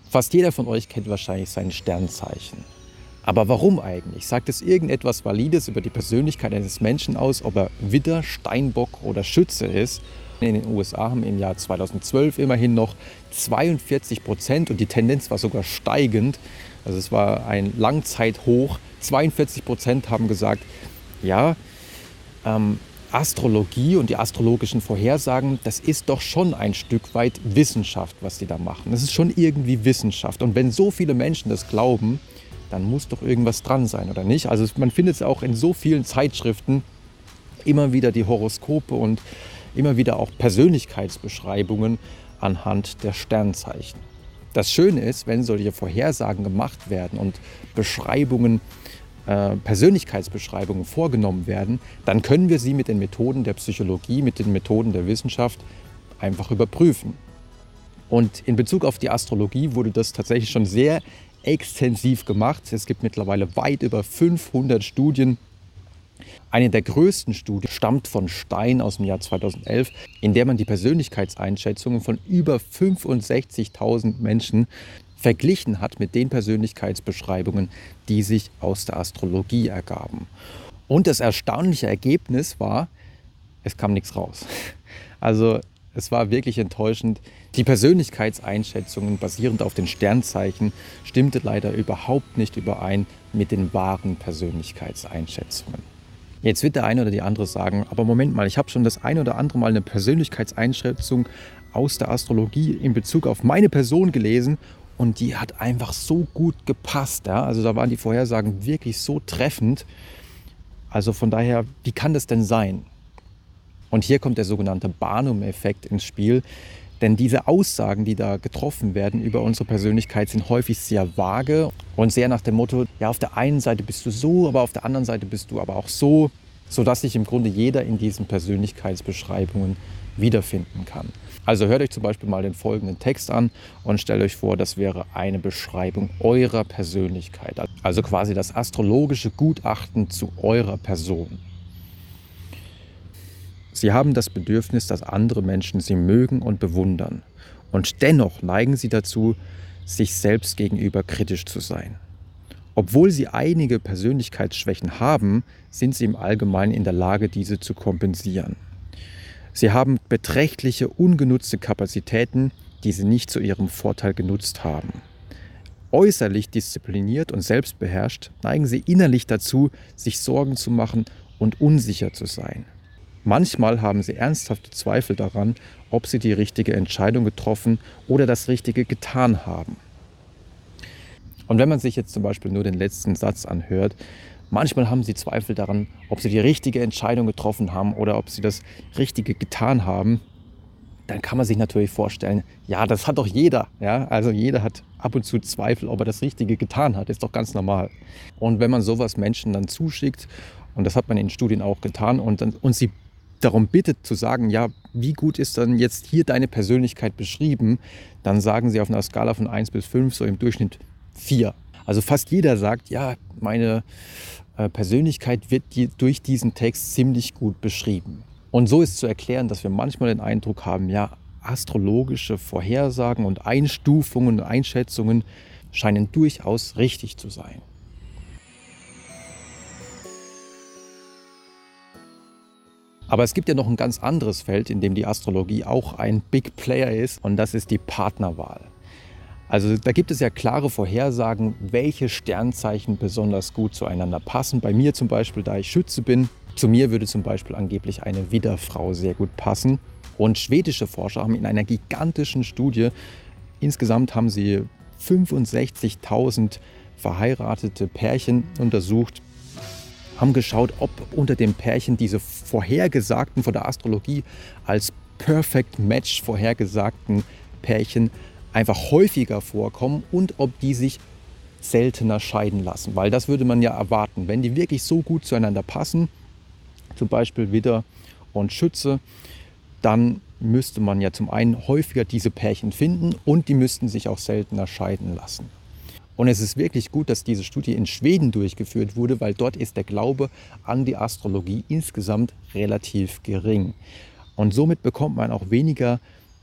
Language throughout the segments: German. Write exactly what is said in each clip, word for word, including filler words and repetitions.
Fast jeder von euch kennt wahrscheinlich sein Sternzeichen. Aber warum eigentlich? Sagt es irgendetwas Valides über die Persönlichkeit eines Menschen aus, ob er Widder, Steinbock oder Schütze ist? In den U S A haben im Jahr zweitausendzwölf immerhin noch zweiundvierzig Prozent und die Tendenz war sogar steigend. Also es war ein Langzeithoch. zweiundvierzig Prozent haben gesagt, ja, ähm, Astrologie und die astrologischen Vorhersagen, das ist doch schon ein Stück weit Wissenschaft, was die da machen. Das ist schon irgendwie Wissenschaft. Und wenn so viele Menschen das glauben, dann muss doch irgendwas dran sein, oder nicht? Also man findet es auch in so vielen Zeitschriften, immer wieder die Horoskope und immer wieder auch Persönlichkeitsbeschreibungen anhand der Sternzeichen. Das Schöne ist, wenn solche Vorhersagen gemacht werden und Beschreibungen, äh, Persönlichkeitsbeschreibungen vorgenommen werden, dann können wir sie mit den Methoden der Psychologie, mit den Methoden der Wissenschaft einfach überprüfen. Und in Bezug auf die Astrologie wurde das tatsächlich schon sehr extensiv gemacht. Es gibt mittlerweile weit über fünfhundert Studien. Eine der größten Studien stammt von Stein aus dem Jahr zweitausendelf, in der man die Persönlichkeitseinschätzungen von über fünfundsechzigtausend Menschen verglichen hat mit den Persönlichkeitsbeschreibungen, die sich aus der Astrologie ergaben. Und das erstaunliche Ergebnis war, es kam nichts raus. Also es war wirklich enttäuschend. Die Persönlichkeitseinschätzungen basierend auf den Sternzeichen stimmte leider überhaupt nicht überein mit den wahren Persönlichkeitseinschätzungen. Jetzt wird der eine oder die andere sagen, aber Moment mal, ich habe schon das eine oder andere Mal eine Persönlichkeitseinschätzung aus der Astrologie in Bezug auf meine Person gelesen und die hat einfach so gut gepasst. Ja? Also da waren die Vorhersagen wirklich so treffend. Also von daher, wie kann das denn sein? Und hier kommt der sogenannte Barnum-Effekt ins Spiel. Denn diese Aussagen, die da getroffen werden über unsere Persönlichkeit, sind häufig sehr vage und sehr nach dem Motto, ja, auf der einen Seite bist du so, aber auf der anderen Seite bist du aber auch so, sodass sich im Grunde jeder in diesen Persönlichkeitsbeschreibungen wiederfinden kann. Also hört euch zum Beispiel mal den folgenden Text an und stellt euch vor, das wäre eine Beschreibung eurer Persönlichkeit. Also quasi das astrologische Gutachten zu eurer Person. Sie haben das Bedürfnis, dass andere Menschen sie mögen und bewundern. Und dennoch neigen sie dazu, sich selbst gegenüber kritisch zu sein. Obwohl sie einige Persönlichkeitsschwächen haben, sind sie im Allgemeinen in der Lage, diese zu kompensieren. Sie haben beträchtliche ungenutzte Kapazitäten, die sie nicht zu ihrem Vorteil genutzt haben. Äußerlich diszipliniert und selbstbeherrscht neigen sie innerlich dazu, sich Sorgen zu machen und unsicher zu sein. Manchmal haben sie ernsthafte Zweifel daran, ob sie die richtige Entscheidung getroffen oder das Richtige getan haben. Und wenn man sich jetzt zum Beispiel nur den letzten Satz anhört, manchmal haben sie Zweifel daran, ob sie die richtige Entscheidung getroffen haben oder ob sie das Richtige getan haben, dann kann man sich natürlich vorstellen, ja, das hat doch jeder. Ja? Also jeder hat ab und zu Zweifel, ob er das Richtige getan hat, ist doch ganz normal. Und wenn man sowas Menschen dann zuschickt, und das hat man in Studien auch getan, und, dann, und sie darum bittet zu sagen, ja, wie gut ist dann jetzt hier deine Persönlichkeit beschrieben, dann sagen sie auf einer Skala von eins bis fünf so im Durchschnitt vier. Also fast jeder sagt, ja, meine äh, Persönlichkeit wird die, durch diesen Text ziemlich gut beschrieben. Und so ist zu erklären, dass wir manchmal den Eindruck haben, ja, astrologische Vorhersagen und Einstufungen und Einschätzungen scheinen durchaus richtig zu sein. Aber es gibt ja noch ein ganz anderes Feld, in dem die Astrologie auch ein Big Player ist, und das ist die Partnerwahl. Also da gibt es ja klare Vorhersagen, welche Sternzeichen besonders gut zueinander passen. Bei mir zum Beispiel, da ich Schütze bin, zu mir würde zum Beispiel angeblich eine Widderfrau sehr gut passen. Und schwedische Forscher haben in einer gigantischen Studie, insgesamt haben sie fünfundsechzigtausend verheiratete Pärchen untersucht, haben geschaut, ob unter den Pärchen diese vorhergesagten, von der Astrologie als Perfect Match vorhergesagten Pärchen einfach häufiger vorkommen und ob die sich seltener scheiden lassen. Weil das würde man ja erwarten. Wenn die wirklich so gut zueinander passen, zum Beispiel Widder und Schütze, dann müsste man ja zum einen häufiger diese Pärchen finden und die müssten sich auch seltener scheiden lassen. Und es ist wirklich gut, dass diese Studie in Schweden durchgeführt wurde, weil dort ist der Glaube an die Astrologie insgesamt relativ gering. Und somit bekommt man auch weniger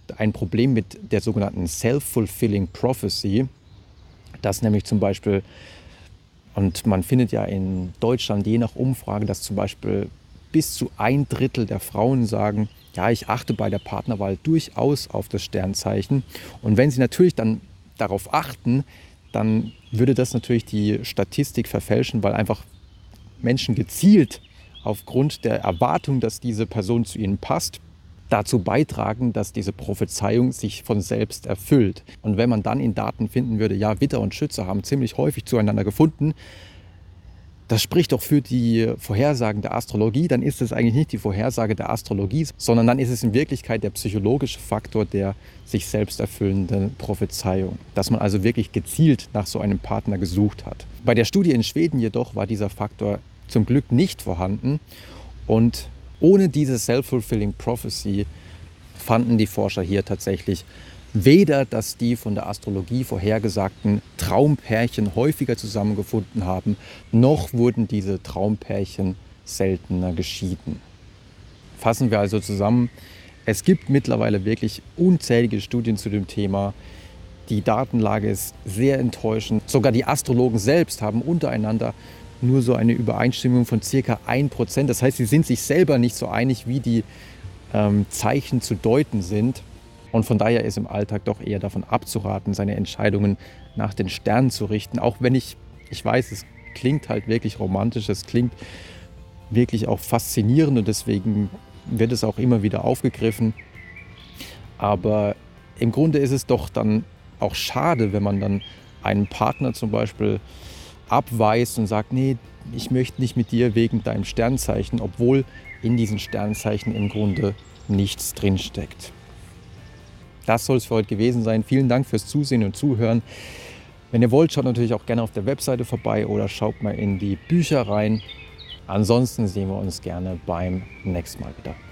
ein Problem mit der sogenannten Self-Fulfilling Prophecy, dass nämlich zum Beispiel, und man findet ja in Deutschland je nach Umfrage, dass zum Beispiel bis zu ein Drittel der Frauen sagen, ja, ich achte bei der Partnerwahl durchaus auf das Sternzeichen. Und wenn sie natürlich dann darauf achten, dann würde das natürlich die Statistik verfälschen, weil einfach Menschen gezielt aufgrund der Erwartung, dass diese Person zu ihnen passt, dazu beitragen, dass diese Prophezeiung sich von selbst erfüllt. Und wenn man dann in Daten finden würde, ja, Widder und Schütze haben ziemlich häufig zueinander gefunden, das spricht doch für die Vorhersagen der Astrologie, dann ist es eigentlich nicht die Vorhersage der Astrologie, sondern dann ist es in Wirklichkeit der psychologische Faktor der sich selbst erfüllenden Prophezeiung. Dass man also wirklich gezielt nach so einem Partner gesucht hat. Bei der Studie in Schweden jedoch war dieser Faktor zum Glück nicht vorhanden und ohne diese Self-Fulfilling Prophecy fanden die Forscher hier tatsächlich weder, dass die von der Astrologie vorhergesagten Traumpärchen häufiger zusammengefunden haben, noch wurden diese Traumpärchen seltener geschieden. Fassen wir also zusammen, es gibt mittlerweile wirklich unzählige Studien zu dem Thema. Die Datenlage ist sehr enttäuschend. Sogar die Astrologen selbst haben untereinander nur so eine Übereinstimmung von circa ein Prozent. Das heißt, sie sind sich selber nicht so einig, wie die ähm, Zeichen zu deuten sind. Und von daher ist im Alltag doch eher davon abzuraten, seine Entscheidungen nach den Sternen zu richten. Auch wenn ich, ich weiß, es klingt halt wirklich romantisch, es klingt wirklich auch faszinierend und deswegen wird es auch immer wieder aufgegriffen. Aber im Grunde ist es doch dann auch schade, wenn man dann einen Partner zum Beispiel abweist und sagt, nee, ich möchte nicht mit dir wegen deinem Sternzeichen, obwohl in diesen Sternzeichen im Grunde nichts drinsteckt. Das soll es für heute gewesen sein. Vielen Dank fürs Zusehen und Zuhören. Wenn ihr wollt, schaut natürlich auch gerne auf der Webseite vorbei oder schaut mal in die Bücher rein. Ansonsten sehen wir uns gerne beim nächsten Mal wieder.